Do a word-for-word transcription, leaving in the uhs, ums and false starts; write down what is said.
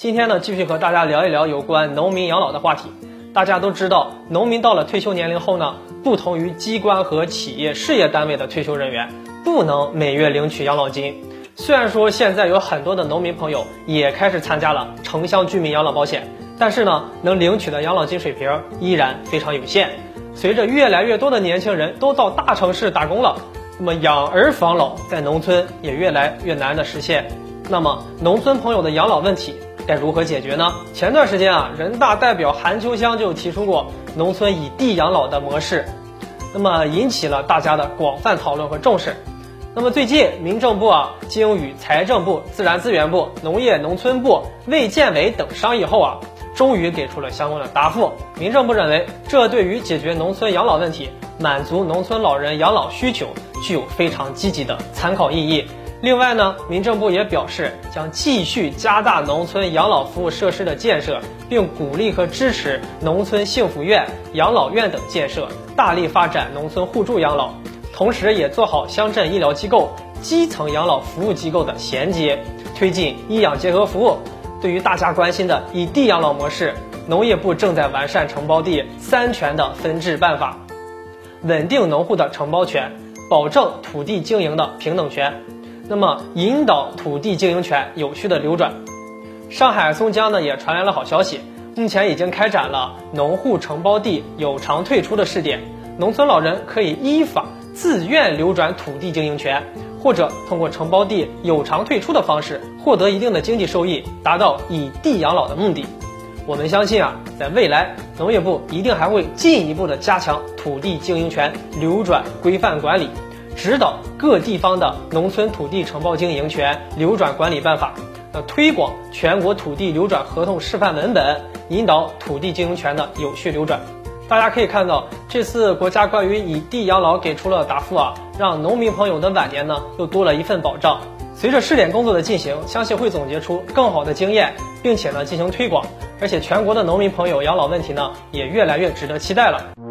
今天呢，继续和大家聊一聊有关农民养老的话题。大家都知道，农民到了退休年龄后呢，不同于机关和企业事业单位的退休人员，不能每月领取养老金。虽然说现在有很多的农民朋友也开始参加了城乡居民养老保险，但是呢，能领取的养老金水平依然非常有限。随着越来越多的年轻人都到大城市打工了，那么养儿防老在农村也越来越难的实现。那么农村朋友的养老问题该如何解决呢？前段时间啊，人大代表韩秋香就提出过农村以地养老的模式，那么引起了大家的广泛讨论和重视。那么最近民政部啊，经与财政部、自然资源部、农业农村部、卫健委等商议后啊，终于给出了相关的答复。民政部认为，这对于解决农村养老问题、满足农村老人养老需求，具有非常积极的参考意义。另外呢，民政部也表示将继续加大农村养老服务设施的建设，并鼓励和支持农村幸福院、养老院等建设，大力发展农村互助养老，同时也做好乡镇医疗机构、基层养老服务机构的衔接，推进医养结合服务。对于大家关心的以地养老模式，农业部正在完善承包地三权的分置办法，稳定农户的承包权，保证土地经营的平等权，那么引导土地经营权有序的流转。上海松江呢也传来了好消息，目前已经开展了农户承包地有偿退出的试点，农村老人可以依法自愿流转土地经营权，或者通过承包地有偿退出的方式获得一定的经济收益，达到以地养老的目的。我们相信啊，在未来农业部一定还会进一步的加强土地经营权流转规范管理，指导各地方的农村土地承包经营权流转管理办法，那推广全国土地流转合同示范文本，引导土地经营权的有序流转。大家可以看到，这次国家关于以地养老给出了答复啊，让农民朋友的晚年呢又多了一份保障。随着试点工作的进行，相信会总结出更好的经验，并且呢进行推广，而且全国的农民朋友养老问题呢也越来越值得期待了。